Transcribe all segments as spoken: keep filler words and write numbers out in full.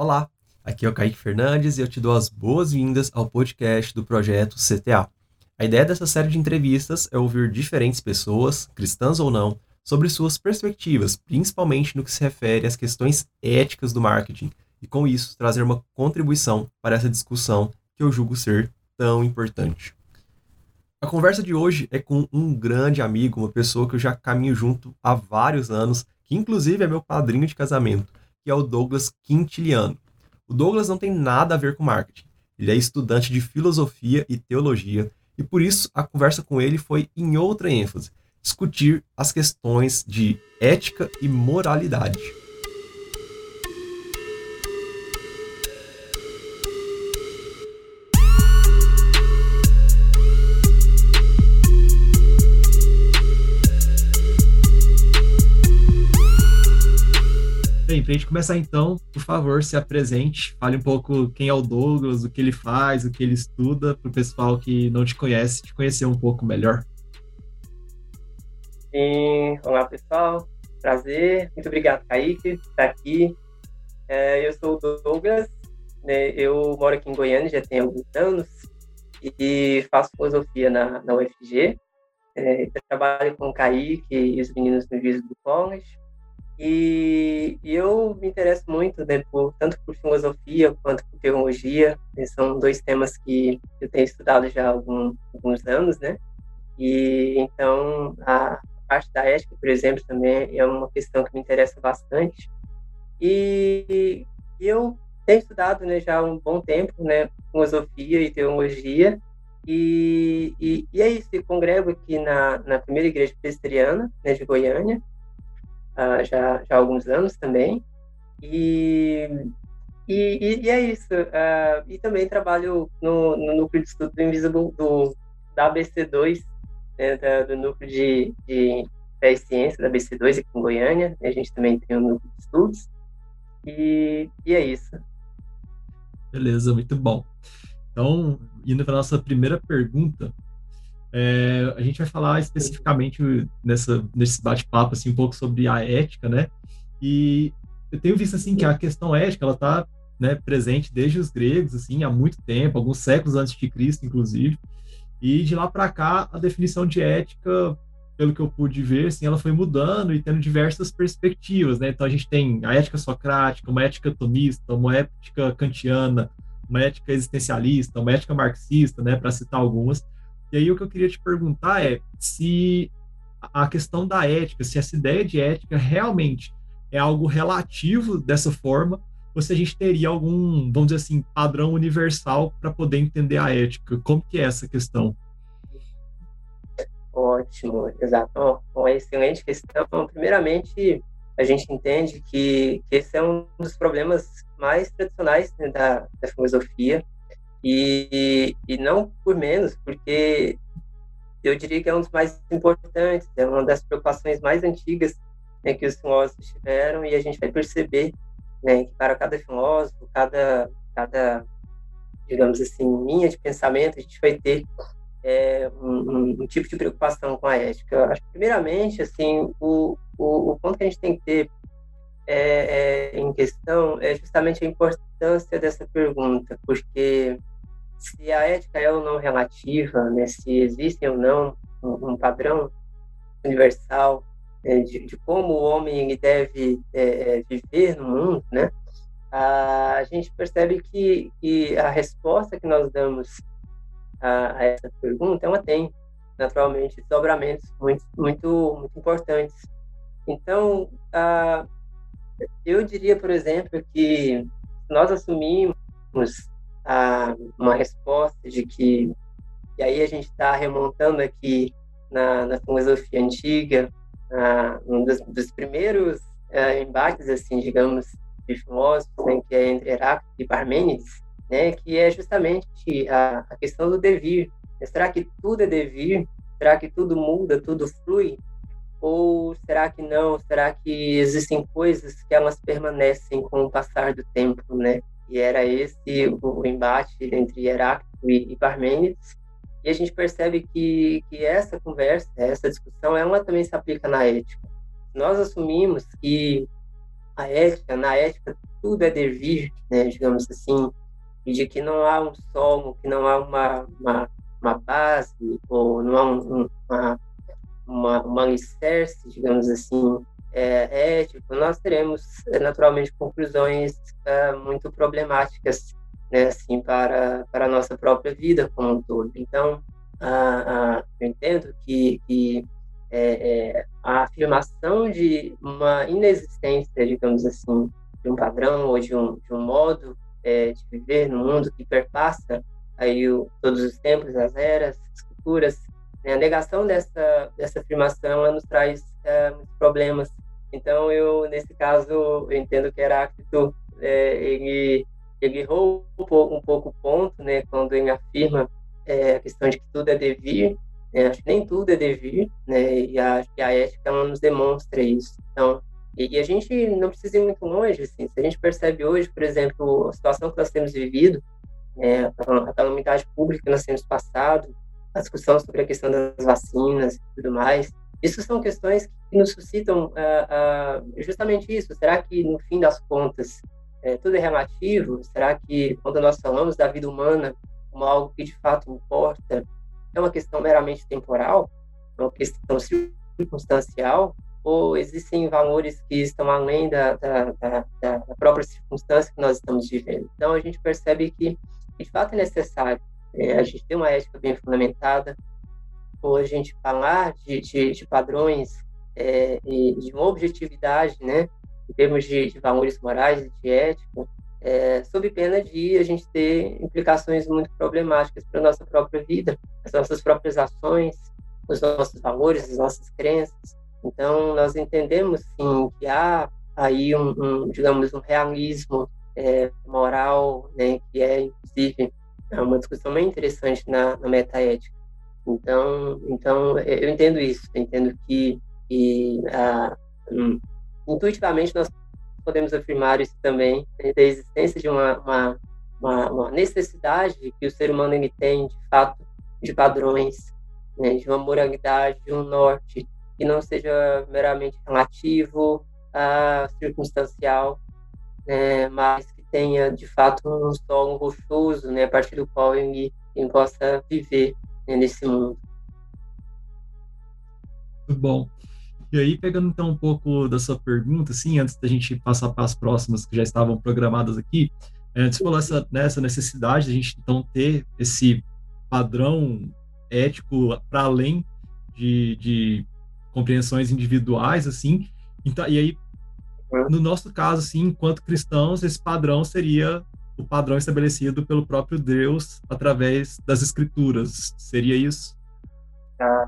Olá, aqui é o Kaique Fernandes e eu te dou as boas-vindas ao podcast do projeto C T A. A ideia dessa série de entrevistas é ouvir diferentes pessoas, cristãs ou não, sobre suas perspectivas, principalmente no que se refere às questões éticas do marketing, e com isso trazer uma contribuição para essa discussão que eu julgo ser tão importante. A conversa de hoje é com um grande amigo, uma pessoa que eu já caminho junto há vários anos, que inclusive é meu padrinho de casamento, que é o Douglas Quintiliano. O Douglas não tem nada a ver com marketing. Ele é estudante de filosofia e teologia, e por isso a conversa com ele foi em outra ênfase, discutir as questões de ética e moralidade. Bem, para a gente começar então, por favor, se apresente, fale um pouco quem é o Douglas, o que ele faz, o que ele estuda, para o pessoal que não te conhece, te conhecer um pouco melhor. Sim, olá pessoal, prazer, muito obrigado, Kaique, por estar aqui. É, eu sou o Douglas, né, eu moro aqui em Goiânia já tem alguns anos e faço filosofia na, na U F G. É, eu trabalho com o Kaique e os meninos no Visible College. E, e eu me interesso muito, né, por, tanto por filosofia quanto por teologia, né, são dois temas que eu tenho estudado já há algum, alguns anos, né, e então a parte da ética, por exemplo, também é uma questão que me interessa bastante, e, e eu tenho estudado, né, já há um bom tempo, né, filosofia e teologia, e, e, e é isso, eu congrego aqui na, na primeira igreja presbiteriana, né, de Goiânia, Uh, já, já há alguns anos também, e, e, e é isso. Uh, e também trabalho no, no núcleo de estudo do Invisible, do, da A B C dois, né, da, do núcleo de, de fé e ciência da A B C dois aqui em Goiânia. A gente também tem um núcleo de estudos, e, e é isso. Beleza, muito bom. Então, indo para a nossa primeira pergunta, É, a gente vai falar especificamente nessa, nesse bate-papo assim, um pouco sobre a ética, né? E eu tenho visto assim que a questão ética ela está, né, presente desde os gregos assim há muito tempo, alguns séculos antes de Cristo, inclusive. E de lá para cá a definição de ética, pelo que eu pude ver, assim, ela foi mudando e tendo diversas perspectivas, né? Então a gente tem a ética socrática, uma ética tomista, uma ética kantiana, uma ética existencialista, uma ética marxista, né? Para citar algumas. E aí o que eu queria te perguntar é se a questão da ética, se essa ideia de ética realmente é algo relativo dessa forma, ou se a gente teria algum, vamos dizer assim, padrão universal para poder entender a ética. Como que é essa questão? Ótimo, exato. Uma excelente questão. Primeiramente, a gente entende que, que esse é um dos problemas mais tradicionais, né, da, da filosofia, E, e não por menos, porque eu diria que é um dos mais importantes, é uma das preocupações mais antigas, né, que os filósofos tiveram, e a gente vai perceber, né, que para cada filósofo, cada, cada, digamos assim, linha de pensamento, a gente vai ter é, um, um, um tipo de preocupação com a ética. Eu acho que, primeiramente, assim, o, o, o ponto que a gente tem que ter é, é, em questão é justamente a importância dessa pergunta, porque se a ética é ou não relativa, né, se existe ou não um, um padrão universal, né, de, de como o homem deve é, viver no mundo, né, a, a gente percebe que, que a resposta que nós damos a, a essa pergunta, ela tem, naturalmente, desdobramentos muito, muito, muito importantes. Então, a, eu diria, por exemplo, que nós assumimos a, uma resposta de que, e aí a gente está remontando aqui na, na filosofia antiga, a, um dos, dos primeiros a, embates, assim, digamos, de filósofos, né, que é entre Heráclito e Parmênides, né, que é justamente a, a questão do devir. Será que tudo é devir? Será que tudo muda, tudo flui? Ou será que não? Será que existem coisas que elas permanecem com o passar do tempo, né? E era esse o, o embate entre Heráclito e, e Parmênides. E a gente percebe que, que essa conversa, essa discussão, ela também se aplica na ética. Nós assumimos que a ética, na ética, tudo é devir, né, digamos assim, e de que não há um solo, que não há uma, uma, uma base, ou não há um, um, uma, uma, uma alicerce, digamos assim, é, ético, nós teremos naturalmente conclusões é, muito problemáticas, né, assim, para, para a nossa própria vida como um todo. Então, a, a, eu entendo que, que é, é, a afirmação de uma inexistência, digamos assim, de um padrão ou de um, de um modo é, de viver no mundo que perpassa aí o, todos os tempos, as eras, as culturas, né? A negação dessa, dessa afirmação ela nos traz é, muitos problemas. Então, eu, nesse caso, eu entendo que Heráclito, é, ele, ele errou um pouco, um pouco o ponto, né, quando ele afirma é, a questão de que tudo é devir, né, acho que nem tudo é devir, né, e a, e a ética ela nos demonstra isso. Então, e, e a gente não precisa ir muito longe, assim, se a gente percebe hoje, por exemplo, a situação que nós temos vivido, é, a calamidade pública que nós temos passado, a discussão sobre a questão das vacinas e tudo mais, isso são questões que nos suscitam uh, uh, justamente isso. Será que, no fim das contas, é, tudo é relativo? Será que, quando nós falamos da vida humana como algo que de fato importa, é uma questão meramente temporal? É uma questão circunstancial? Ou existem valores que estão além da, da, da, da própria circunstância que nós estamos vivendo? Então, a gente percebe que, de fato, é necessário é, a gente ter uma ética bem fundamentada, ou a gente falar de, de, de padrões é, e de uma objetividade, né, em termos de, de valores morais e de ética, é, sob pena de a gente ter implicações muito problemáticas para a nossa própria vida, as nossas próprias ações, os nossos valores, as nossas crenças. Então, nós entendemos, sim, que há aí um, um digamos, um realismo é, moral, né, que é, inclusive, uma discussão bem interessante na, na metaética. Então, então, eu entendo isso, eu entendo que, que ah, hum, intuitivamente nós podemos afirmar isso também, né, da existência de uma, uma, uma, uma necessidade que o ser humano ele tem, de fato, de padrões, né, de uma moralidade, de um norte, que não seja meramente relativo, a circunstancial, né, mas que tenha, de fato, um solo rochoso, né, a partir do qual ele, ele possa viver, né, nesse mundo. Muito bom. E aí, pegando então um pouco da sua pergunta, assim, antes da gente passar para as próximas que já estavam programadas aqui, é, você falou essa, né, essa necessidade de a gente então ter esse padrão ético para além de, de compreensões individuais, assim. Então, e aí, no nosso caso, assim, enquanto cristãos, esse padrão seria o padrão estabelecido pelo próprio Deus através das Escrituras. Seria isso? Tá.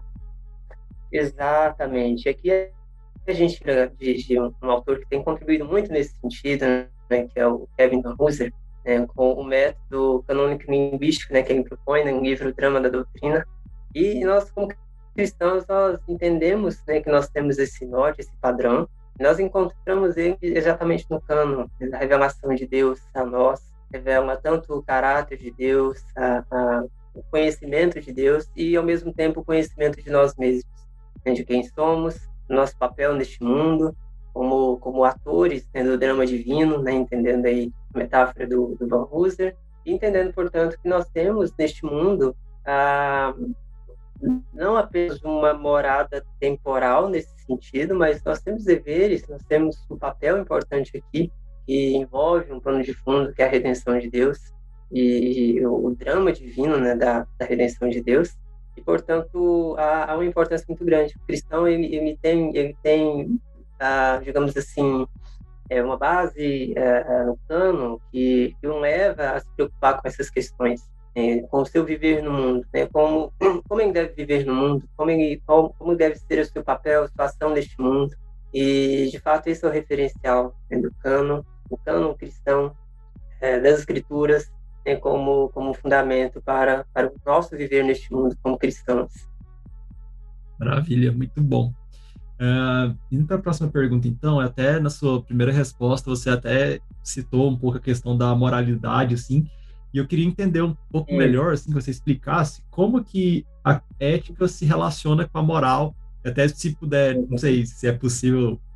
Exatamente. Aqui a gente de, de um, um autor que tem contribuído muito nesse sentido, né, que é o Kevin Van Hooser, né, com o método canônico linguístico, né, que ele propõe no livro Drama da Doutrina. E nós, como cristãos, nós entendemos, né, que nós temos esse norte, esse padrão. Nós encontramos ele exatamente no cânon, a revelação de Deus a nós, revela tanto o caráter de Deus, a, a, o conhecimento de Deus e, ao mesmo tempo, o conhecimento de nós mesmos, né, de quem somos, nosso papel neste mundo, como, como atores, né, do drama divino, né, entendendo aí a metáfora do, do Van Hooser, e entendendo, portanto, que nós temos neste mundo a não apenas uma morada temporal nesse sentido, mas nós temos deveres, nós temos um papel importante aqui que envolve um plano de fundo que é a redenção de Deus e, e o, o drama divino, né, da, da redenção de Deus. E, portanto, há, há uma importância muito grande. O cristão, ele, ele tem, ele tem ah, digamos assim, é uma base é, no cano que, que o leva a se preocupar com essas questões. É, com o seu viver no mundo, né? Como como ele deve viver no mundo, como ele como, como deve ser o seu papel, a sua ação neste mundo. E de fato esse é o referencial, né, do cânon, o cânon cristão, é, das escrituras, né, como como fundamento para para o nosso viver neste mundo como cristãos. Maravilha, muito bom. Uh, indo para a próxima pergunta, então, até na sua primeira resposta você até citou um pouco a questão da moralidade, assim. E eu queria entender um pouco é. melhor, assim, que você explicasse como que a ética se relaciona com a moral. Até se puder, não sei se é possível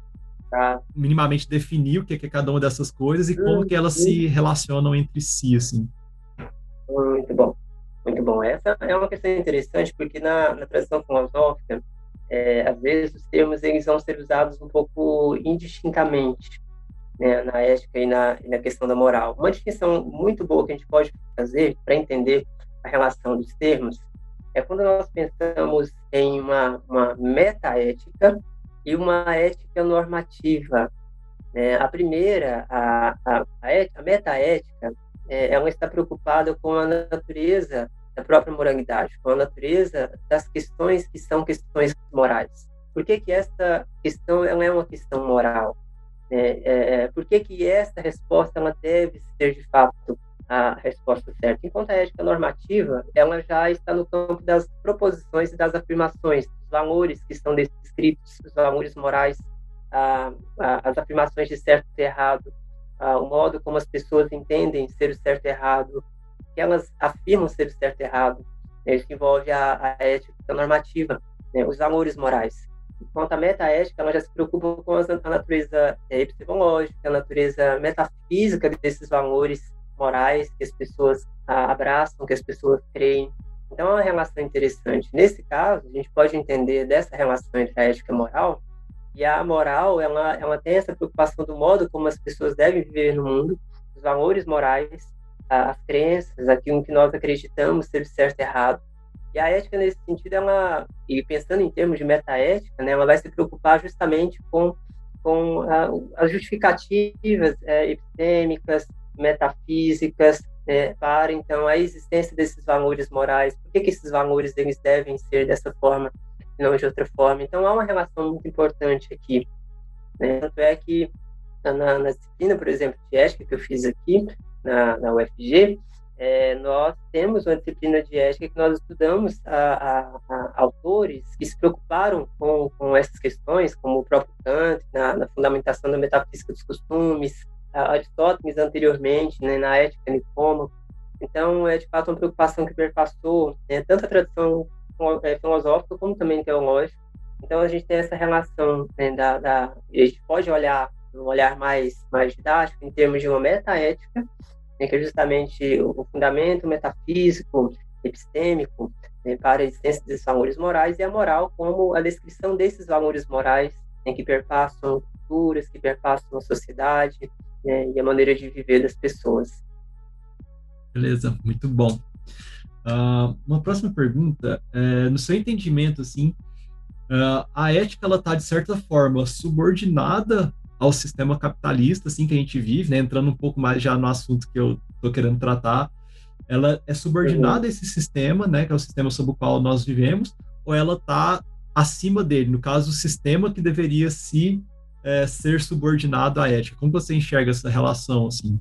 Tá. minimamente definir o que é cada uma dessas coisas e como Hum, que elas hum, se relacionam entre si, assim. muito bom, muito bom. Essa é uma questão interessante, porque na, na tradição filosófica, é, às vezes os termos eles vão ser usados um pouco indistintamente, né, na ética e na, e na questão da moral. Uma distinção muito boa que a gente pode fazer para entender a relação dos termos é quando nós pensamos em uma, uma metaética e uma ética normativa, né? A primeira, a, a, a, et, a metaética, é, ela está preocupada com a natureza da própria moralidade, com a natureza das questões que são questões morais. Por que que essa questão ela é uma questão moral? É, é, por que que essa resposta ela deve ser, de fato, a resposta certa? Enquanto a ética normativa, ela já está no campo das proposições e das afirmações, dos valores que são descritos, os valores morais, a, a, as afirmações de certo e errado, a, o modo como as pessoas entendem ser o certo e errado, que elas afirmam ser o certo e errado. Isso envolve a, a ética normativa, né, os valores morais. Enquanto a metaética, ela já se preocupa com a natureza epistemológica, a natureza metafísica desses valores morais que as pessoas ah, abraçam, que as pessoas creem. Então, é uma relação interessante. Nesse caso, a gente pode entender dessa relação entre a ética e a moral, e a moral, ela, ela tem essa preocupação do modo como as pessoas devem viver no mundo, os valores morais, as crenças, aquilo que nós acreditamos ser certo e errado. E a ética, nesse sentido, ela, e pensando em termos de metaética, né, ela vai se preocupar justamente com, com a, as justificativas é, epistêmicas, metafísicas, né, para, então, a existência desses valores morais. Por que, que esses valores eles devem ser dessa forma e não de outra forma? Então, há uma relação muito importante aqui, né? Tanto é que, na, na disciplina, por exemplo, de ética que eu fiz aqui, na, na U F G, é, nós temos uma disciplina de ética que nós estudamos a, a, a autores que se preocuparam com, com essas questões, como o próprio Kant, na, na fundamentação da metafísica dos costumes, a Aristóteles anteriormente, né, na ética nicômaco. Então, é de fato uma preocupação que perpassou, né, tanto a tradição filosófica como também teológica. Então, a gente tem essa relação, né, da, da, a gente pode olhar um olhar mais, mais didático em termos de uma metaética, né, que é justamente o fundamento metafísico, epistêmico, né, para a existência desses valores morais, e a moral como a descrição desses valores morais, né, que perpassam culturas, que perpassam a sociedade, né, e a maneira de viver das pessoas. Beleza, muito bom. Uh, uma próxima pergunta, é, no seu entendimento, assim, uh, a ética, ela está, de certa forma, subordinada ao sistema capitalista, assim, que a gente vive, né, entrando um pouco mais já no assunto que eu estou querendo tratar, ela é subordinada Uhum. a esse sistema, né, que é o sistema sob o qual nós vivemos, ou ela está acima dele, no caso, o sistema que deveria se é, ser subordinado à ética. Como você enxerga essa relação, assim?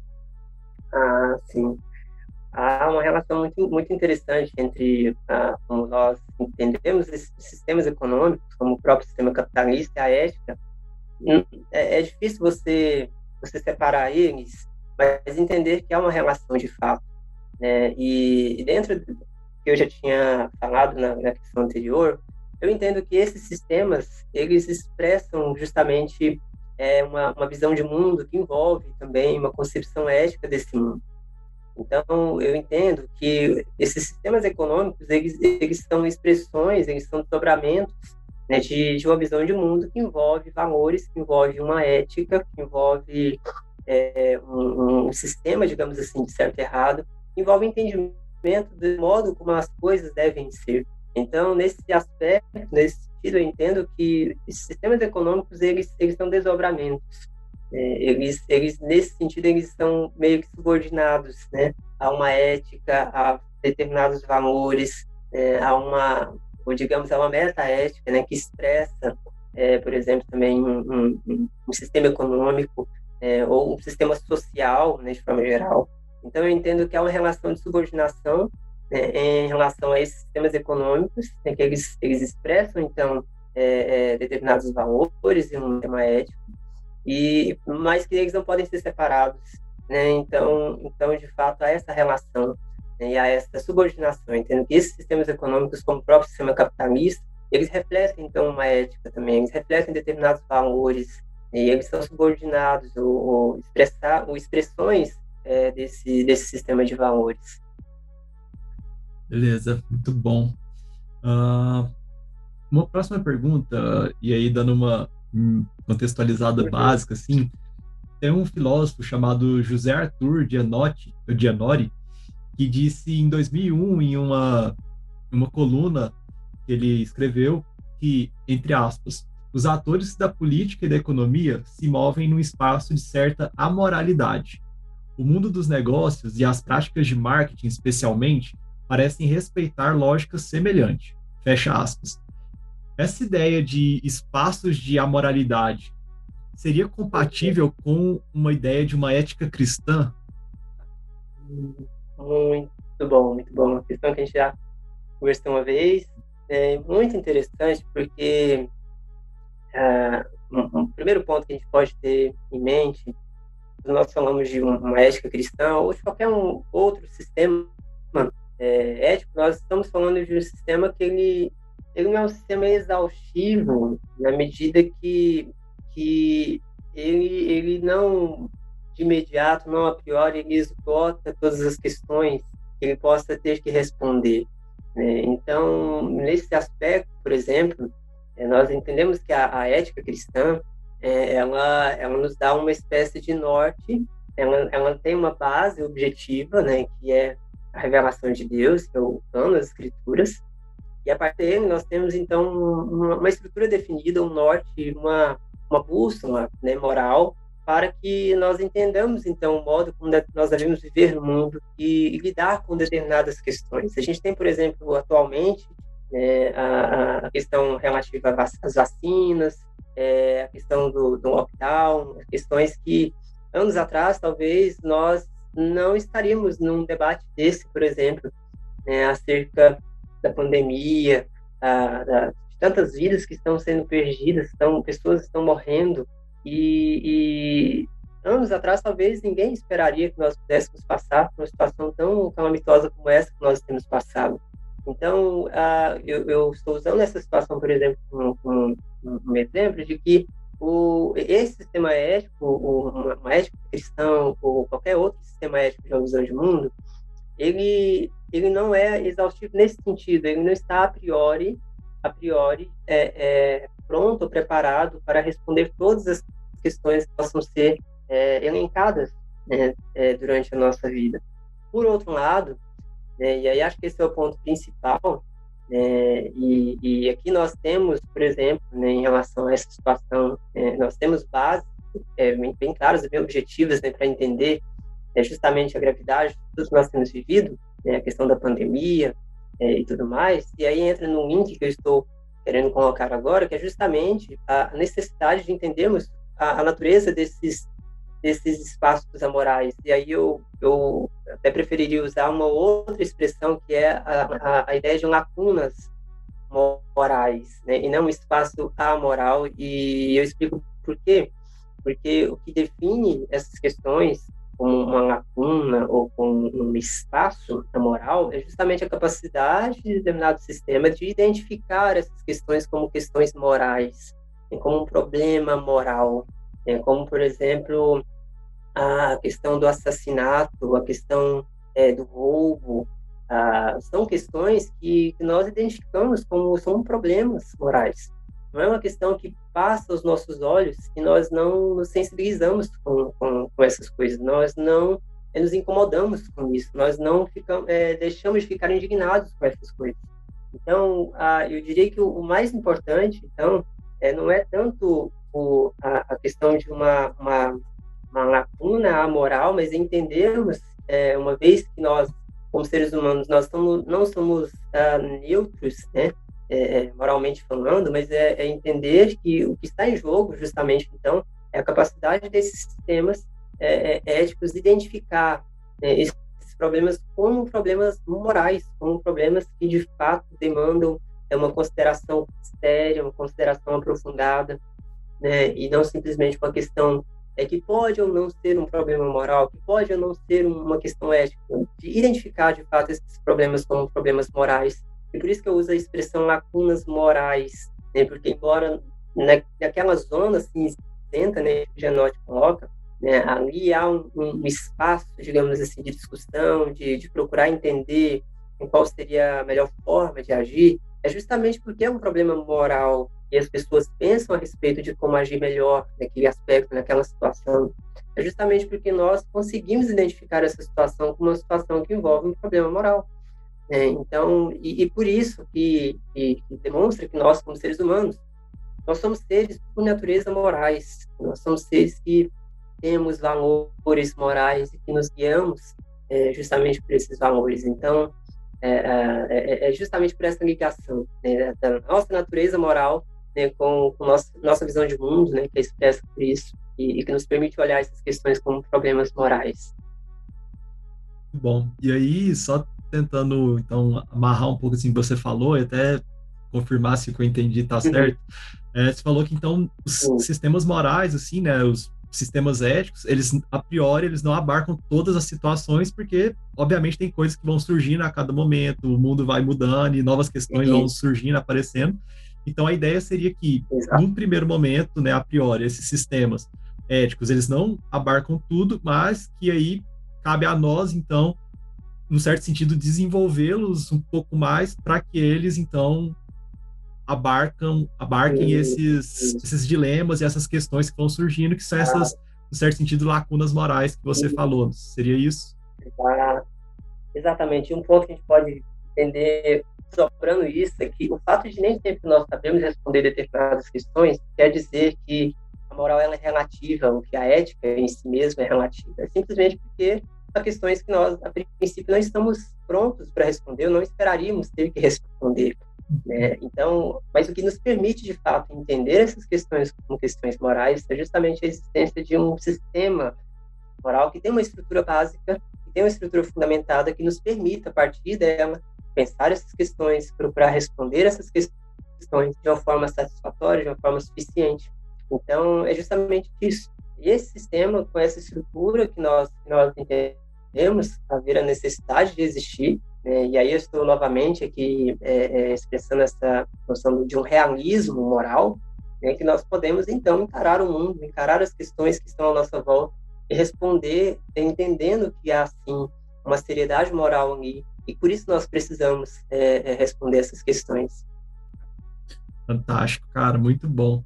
Ah, sim. Há uma relação muito, muito interessante entre ah, como nós entendemos esses sistemas econômicos, como o próprio sistema capitalista e a ética. É, é difícil você, você separar eles, mas entender que há uma relação de fato, né? E, e dentro do que eu já tinha falado na, na questão anterior, eu entendo que esses sistemas, eles expressam justamente é, uma, uma visão de mundo que envolve também uma concepção ética desse mundo. Então, eu entendo que esses sistemas econômicos, eles, eles são expressões, eles são desdobramentos, né, de, de uma visão de mundo que envolve valores, que envolve uma ética, que envolve é, um, um sistema, digamos assim, de certo e errado, envolve entendimento do modo como as coisas devem ser. Então, nesse aspecto, nesse sentido, eu entendo que esses sistemas econômicos, eles, eles são desdobramentos. É, eles, eles, nesse sentido, eles estão meio que subordinados, né, a uma ética, a determinados valores, é, a uma, ou digamos, a uma meta-ética, né, que expressa, é, por exemplo, também um, um, um sistema econômico, é, ou um sistema social, né, de forma geral. Então, eu entendo que há uma relação de subordinação, né, em relação a esses sistemas econômicos, né, que eles, eles expressam, então, é, é, determinados valores e um sistema ético, e mas que eles não podem ser separados, né? Então, então de fato há essa relação, né? E há essa subordinação, entendo que esses sistemas econômicos, como o próprio sistema capitalista, eles refletem então uma ética também, eles refletem determinados valores, e eles são subordinados ou, ou expressar, ou expressões é, desse, desse sistema de valores. Beleza, muito bom. Uh, uma próxima pergunta, e aí dando uma contextualizada Uhum. básica, assim, tem um filósofo chamado José Arthur Gianotti, Gianori, que disse em dois mil e um, em uma, uma coluna que ele escreveu, que, entre aspas, os atores da política e da economia se movem num espaço de certa amoralidade. O mundo dos negócios e as práticas de marketing, especialmente, parecem respeitar lógicas semelhantes. Fecha aspas. Essa ideia de espaços de amoralidade seria compatível com uma ideia de uma ética cristã? Muito bom, muito bom. Uma questão que a gente já conversou uma vez. É muito interessante porque ah, um, um primeiro ponto que a gente pode ter em mente, quando nós falamos de uma ética cristã ou de qualquer um outro sistema é, ético, nós estamos falando de um sistema que ele, ele não é um sistema exaustivo na medida que, que ele, ele não, de imediato, não a priori, ele esgota todas as questões que ele possa ter que responder. Né? Então, nesse aspecto, por exemplo, é, nós entendemos que a, a ética cristã é, ela, ela nos dá uma espécie de norte, ela, ela tem uma base objetiva, né, que é a revelação de Deus, que é o plano das Escrituras, e a partir dele nós temos, então, uma, uma estrutura definida, um norte, uma, uma bússola, né, moral, para que nós entendamos, então, o modo como nós devemos viver no mundo e, e lidar com determinadas questões. A gente tem, por exemplo, atualmente, né, a, a questão relativa às vacinas, é, a questão do, do lockdown, questões que, anos atrás, talvez, nós não estaríamos num debate desse, por exemplo, né, acerca da pandemia, da, da, de tantas vidas que estão sendo perdidas, estão, pessoas estão morrendo, e, e anos atrás talvez ninguém esperaria que nós pudéssemos passar por uma situação tão calamitosa como essa que nós temos passado. Então, uh, eu, eu estou usando essa situação, por exemplo, como, como um exemplo de que o, esse sistema ético, o, uma, uma ética cristã ou qualquer outro sistema ético de visão de mundo, ele, ele não é exaustivo nesse sentido, ele não está a priori, a priori é, é, pronto ou preparado para responder todas as questões que possam ser é, elencadas, né, é, durante a nossa vida. Por outro lado, né, e aí acho que esse é o ponto principal, né, e, e aqui nós temos, por exemplo, né, em relação a essa situação, é, nós temos bases é, bem, bem claras e bem objetivas, né, para entender é, justamente a gravidade de tudo que nós temos vivido, né, a questão da pandemia é, e tudo mais, e aí entra no link que eu estou querendo colocar agora, que é justamente a necessidade de entendermos a, a natureza desses desses espaços amorais. E aí eu, eu até preferiria usar uma outra expressão, que é a, a, a ideia de lacunas morais, né? E não um espaço amoral. E eu explico por quê. Porque o que define essas questões como uma lacuna ou como um espaço amoral é justamente a capacidade de determinado sistema de identificar essas questões como questões morais, como um problema moral. É, como, por exemplo, a questão do assassinato, a questão é, do roubo, ah, são questões que, que nós identificamos como são problemas morais. Não é uma questão que passa aos nossos olhos e nós não nos sensibilizamos com, com, com essas coisas, nós não é, nos incomodamos com isso, nós não ficamos, é, deixamos de ficar indignados com essas coisas. Então, ah, eu diria que o, o mais importante, então, é, não é tanto o, a, a questão de uma, uma, uma lacuna amoral, mas entendermos, é, uma vez que nós, como seres humanos, nós somos, não somos ah, neutros, né, é, moralmente falando, mas é, é entender que o que está em jogo, justamente, então, é a capacidade desses sistemas é, é, éticos de identificar é, esses problemas como problemas morais, como problemas que, de fato, demandam é, uma consideração séria, uma consideração aprofundada, né, e não simplesmente uma questão é, que pode ou não ser um problema moral, que pode ou não ser uma questão ética, de identificar, de fato, esses problemas como problemas morais. E por isso que eu uso a expressão lacunas morais, né, porque embora na, naquela zona assim, apresenta, né, que o Gianotti coloca, né, ali há um, um espaço, digamos assim, de discussão, de, de procurar entender em qual seria a melhor forma de agir, é justamente porque é um problema moral e as pessoas pensam a respeito de como agir melhor naquele aspecto, naquela situação. É justamente porque nós conseguimos identificar essa situação como uma situação que envolve um problema moral. Né? Então, e, e por isso que, que, que demonstra que nós, como seres humanos, nós somos seres por natureza morais. Nós somos seres que temos valores morais e que nos guiamos é, justamente por esses valores. Então, é, é, é justamente por essa ligação, né, da nossa natureza moral, né, com, com nossa, nossa visão de mundo, né, que é expressa por isso, e, e que nos permite olhar essas questões como problemas morais. Bom, e aí, só tentando, então, amarrar um pouco assim que você falou, e até confirmar se o que eu entendi tá certo, uhum. é, você falou que, então, os uhum. sistemas morais, assim, né, os sistemas éticos, eles, a priori, eles não abarcam todas as situações, porque, obviamente, tem coisas que vão surgindo a cada momento, o mundo vai mudando e novas questões uhum. vão surgindo, aparecendo. Então, a ideia seria que, Exato. num primeiro momento, né, a priori, esses sistemas éticos, eles não abarcam tudo, mas que aí cabe a nós, então, num certo sentido, desenvolvê-los um pouco mais para que eles, então, abarcam, abarquem esses, esses dilemas e essas questões que vão surgindo, que são essas, no certo sentido, lacunas morais que você falou. Seria isso? Ah, exatamente. Um ponto que a gente pode entender, sobrando isso, é que o fato de nem sempre nós sabemos responder determinadas questões quer dizer que a moral ela é relativa, ou que a ética em si mesma é relativa. É simplesmente porque são questões que nós, a princípio, não estamos prontos para responder, ou não esperaríamos ter que responder. Né? Então, mas o que nos permite, de fato, entender essas questões como questões morais é justamente a existência de um sistema moral que tem uma estrutura básica, que tem uma estrutura fundamentada que nos permita, a partir dela, pensar essas questões, procurar responder essas questões de uma forma satisfatória, de uma forma suficiente. Então, é justamente isso. E esse sistema, com essa estrutura que nós, que nós entendemos, haver a necessidade de existir, né? E aí eu estou novamente aqui é, é, expressando essa noção de um realismo moral, né? Que nós podemos, então, encarar o mundo, encarar as questões que estão à nossa volta e responder entendendo que há, sim, uma seriedade moral ali, e por isso nós precisamos é, é, responder essas questões. Fantástico, cara, muito bom.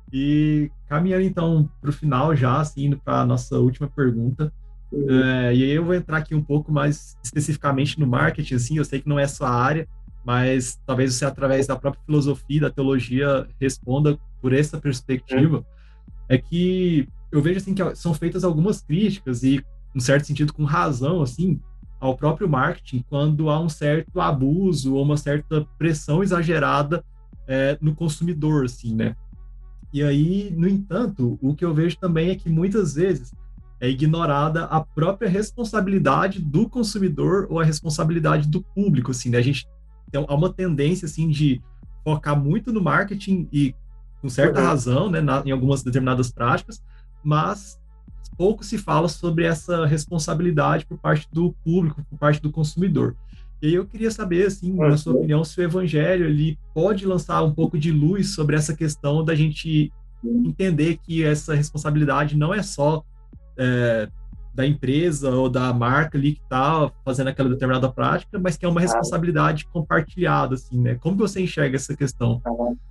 E caminhando, então, para o final já, assim, indo para a nossa última pergunta, uhum. é, e aí eu vou entrar aqui um pouco mais especificamente no marketing, assim, eu sei que não é sua área, mas talvez você, através da própria filosofia, da teologia, responda por essa perspectiva, uhum. é que eu vejo, assim, que são feitas algumas críticas, e, em certo sentido, com razão, assim, ao próprio marketing, quando há um certo abuso ou uma certa pressão exagerada é, no consumidor, assim, né? E aí, no entanto, o que eu vejo também é que muitas vezes é ignorada a própria responsabilidade do consumidor ou a responsabilidade do público, assim, né? A gente tem há uma tendência, assim, de focar muito no marketing e com certa uhum. razão, né, na, em algumas determinadas práticas, mas pouco se fala sobre essa responsabilidade por parte do público, por parte do consumidor. E aí eu queria saber, assim, na sua opinião, se o evangelho ele pode lançar um pouco de luz sobre essa questão da gente entender que essa responsabilidade não é só é, da empresa ou da marca ali que está fazendo aquela determinada prática, mas que é uma responsabilidade compartilhada, assim, né? Como você enxerga essa questão?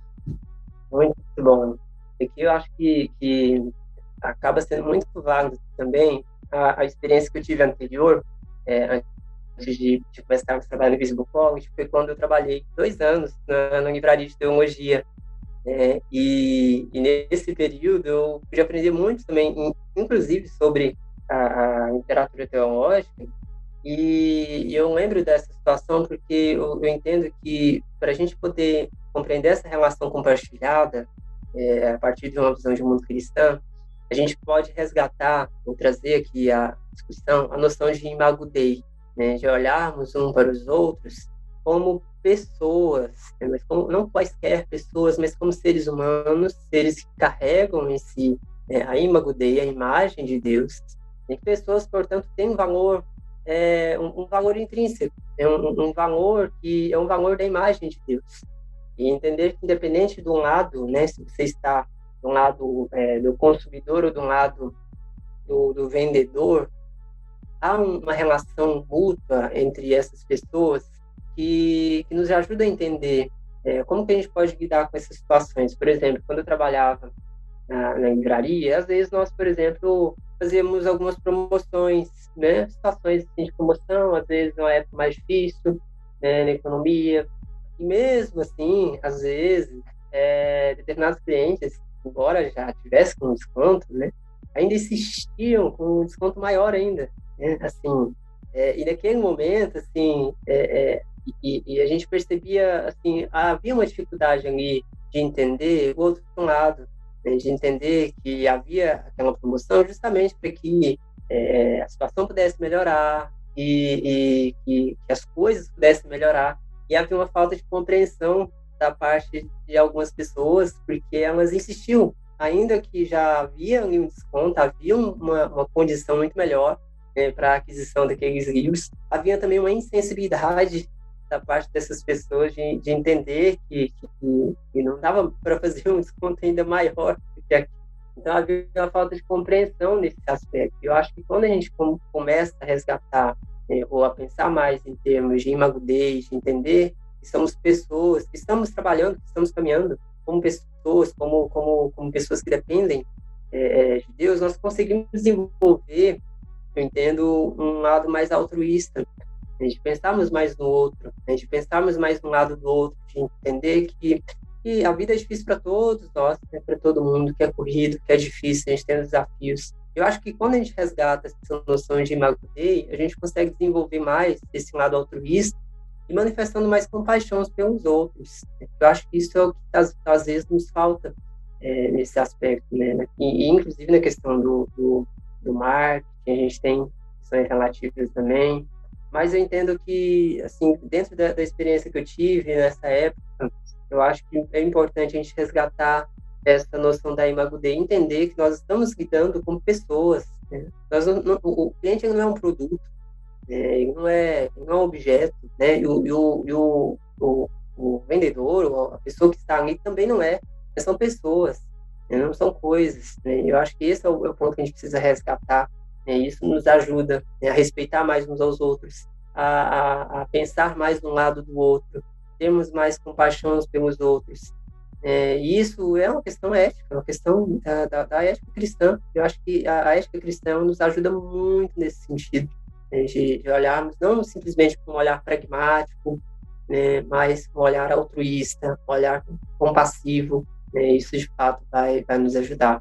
Muito bom. Aqui eu acho que, que acaba sendo muito válido também a, a experiência que eu tive anterior, é, antes de, de começar a trabalhar no Visible College, foi quando eu trabalhei dois anos na, na livraria de teologia. É, e, e nesse período eu pude aprender muito também, inclusive sobre a, a literatura teológica, e, e eu lembro dessa situação porque eu, eu entendo que para a gente poder compreender essa relação compartilhada, é, a partir de uma visão de mundo cristã, a gente pode resgatar ou trazer aqui a discussão a noção de imago Dei, né, de olharmos um para os outros como pessoas, né, mas como, não quaisquer pessoas, mas como seres humanos, seres que carregam em si, né, a imago Dei, a imagem de Deus, e pessoas, portanto, têm um valor, é, um, um valor intrínseco, é um, um valor que é um valor da imagem de Deus. E entender que, independente de um lado, né, se você está de um lado é, do consumidor ou de um lado do, do vendedor, há uma relação mútua entre essas pessoas que, que nos ajuda a entender é, como que a gente pode lidar com essas situações. Por exemplo, quando eu trabalhava na, na livraria, às vezes nós, por exemplo, fazíamos algumas promoções, né? Situações assim, de promoção, às vezes numa época mais difícil, né, na economia. E mesmo assim, às vezes, é, determinados clientes, embora já tivessem com desconto, né, ainda insistiam com um desconto maior ainda, né? Assim, é, e naquele momento, assim, é, é, e, e a gente percebia, assim, havia uma dificuldade ali de entender o outro lado, né, de entender que havia aquela promoção justamente para que é, a situação pudesse melhorar e, e que, que as coisas pudessem melhorar. E havia uma falta de compreensão da parte de algumas pessoas, porque elas insistiam, ainda que já havia ali um desconto, havia uma, uma condição muito melhor, né, para a aquisição daqueles livros, havia também uma insensibilidade da parte dessas pessoas de, de entender que, que, que não dava para fazer um desconto ainda maior do que aquilo. Então havia uma falta de compreensão nesse aspecto. Eu acho que quando a gente começa a resgatar, né, ou a pensar mais em termos de imago-Dei, de entender que somos pessoas, que estamos trabalhando, que estamos caminhando como pessoas, como, como, como pessoas que dependem é, de Deus, nós conseguimos desenvolver, eu entendo, um lado mais altruísta, né, de pensarmos mais no outro, né, de pensarmos mais no lado do outro, de entender que, que a vida é difícil para todos nós, né, para todo mundo, que é corrido, que é difícil, a gente tem desafios. Eu acho que quando a gente resgata essa noção de imago-Dei, a gente consegue desenvolver mais esse lado altruísta e manifestando mais compaixão pelos outros. Eu acho que isso é o que às, às vezes nos falta é, nesse aspecto, né? E, e inclusive na questão do, do, do marketing, a gente tem questões relativas também, mas eu entendo que, assim, dentro da, da experiência que eu tive nessa época, eu acho que é importante a gente resgatar essa noção da imago-Dei, entender que nós estamos lidando com pessoas, né? Nós não, não, o cliente não é um produto, né? Ele não é, ele não é um objeto, né? E o, e o, e o, o, o vendedor, ou a pessoa que está ali também não é, são pessoas, né? Não são coisas, né? Eu acho que esse é o, é o ponto que a gente precisa resgatar, né? Isso nos ajuda, né, a respeitar mais uns aos outros, a, a, a pensar mais no lado do outro, termos mais compaixão pelos outros. É, e isso é uma questão ética, uma questão da, da, da ética cristã. Eu acho que a, a ética cristã nos ajuda muito nesse sentido, né, de, de olharmos não simplesmente com um olhar pragmático, né, mas com um olhar altruísta, um olhar compassivo, né, isso de fato vai, vai nos ajudar.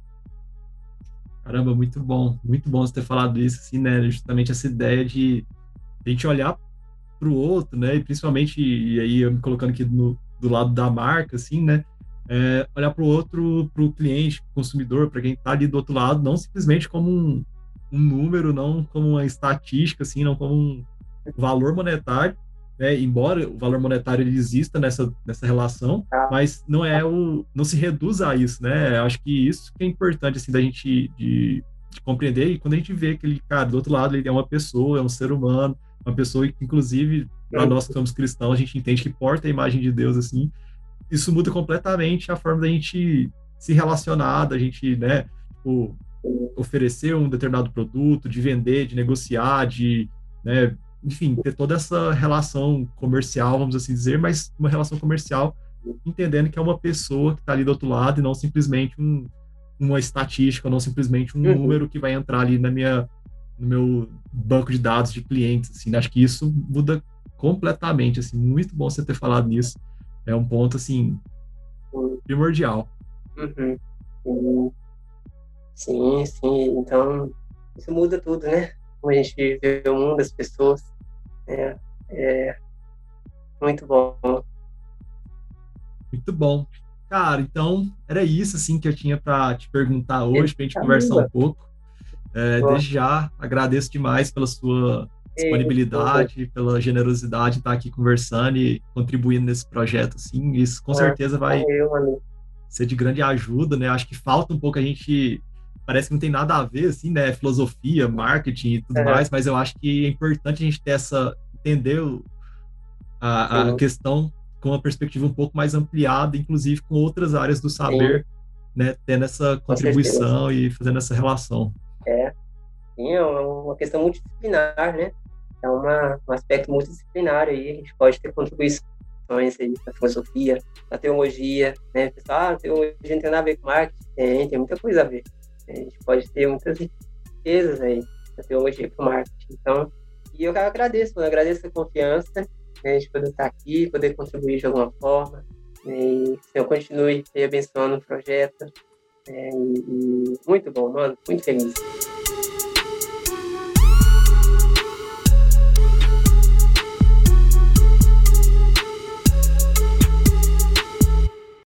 Caramba, muito bom, muito bom você ter falado isso, assim, né, justamente essa ideia de a gente olhar para o outro, né, e principalmente, e aí eu me colocando aqui no, do lado da marca, assim, né, é, olhar para o outro, para o cliente, pro consumidor, para quem está ali do outro lado, não simplesmente como um, um número, não como uma estatística, assim, não como um valor monetário, né, embora o valor monetário ele exista nessa, nessa relação, mas não é o, não se reduz a isso, né, eu acho que isso que é importante, assim, da gente de, de compreender, e quando a gente vê aquele cara do outro lado, ele é uma pessoa, é um ser humano, uma pessoa que, inclusive, para nós que somos cristãos, a gente entende que porta a imagem de Deus, assim, isso muda completamente a forma da gente se relacionar, da gente, né, tipo, oferecer um determinado produto, de vender, de negociar, de, né, enfim, ter toda essa relação comercial, vamos assim dizer, mas uma relação comercial entendendo que é uma pessoa que está ali do outro lado e não simplesmente um, uma estatística, não simplesmente um uhum. número que vai entrar ali na minha, no meu banco de dados de clientes, assim, acho que isso muda completamente, assim, muito bom você ter falado nisso, é um ponto, assim, primordial. Uhum. Uhum. Sim, sim, então isso muda tudo, né? Como a gente vê o mundo, as pessoas, é, é muito bom. Muito bom. Cara, então era isso, assim, que eu tinha para te perguntar hoje, para a gente conversar um pouco. É, desde já, agradeço demais pela sua disponibilidade, pela generosidade de estar aqui conversando e contribuindo nesse projeto, assim, isso com certeza vai ser de grande ajuda, né? Acho que falta um pouco a gente, parece que não tem nada a ver, assim, né? Filosofia, marketing e tudo é. mais, mas eu acho que é importante a gente ter essa, entender a, a questão com uma perspectiva um pouco mais ampliada, inclusive com outras áreas do saber, né, tendo essa Com certeza. contribuição e fazendo essa relação. É, sim, é uma uma questão multidisciplinar, né? É uma, um aspecto multidisciplinar aí, a gente pode ter contribuições aí na filosofia, na teologia, né? Pessoal, ah, a teologia não tem nada a ver com marketing, tem, tem muita coisa a ver. A gente pode ter muitas riquezas aí na teologia com marketing. Então, e eu agradeço, eu agradeço a confiança, né, de poder estar aqui, poder contribuir de alguma forma, né, e que o Senhor continue aí abençoando o projeto. É, e, e muito bom, mano, muito feliz.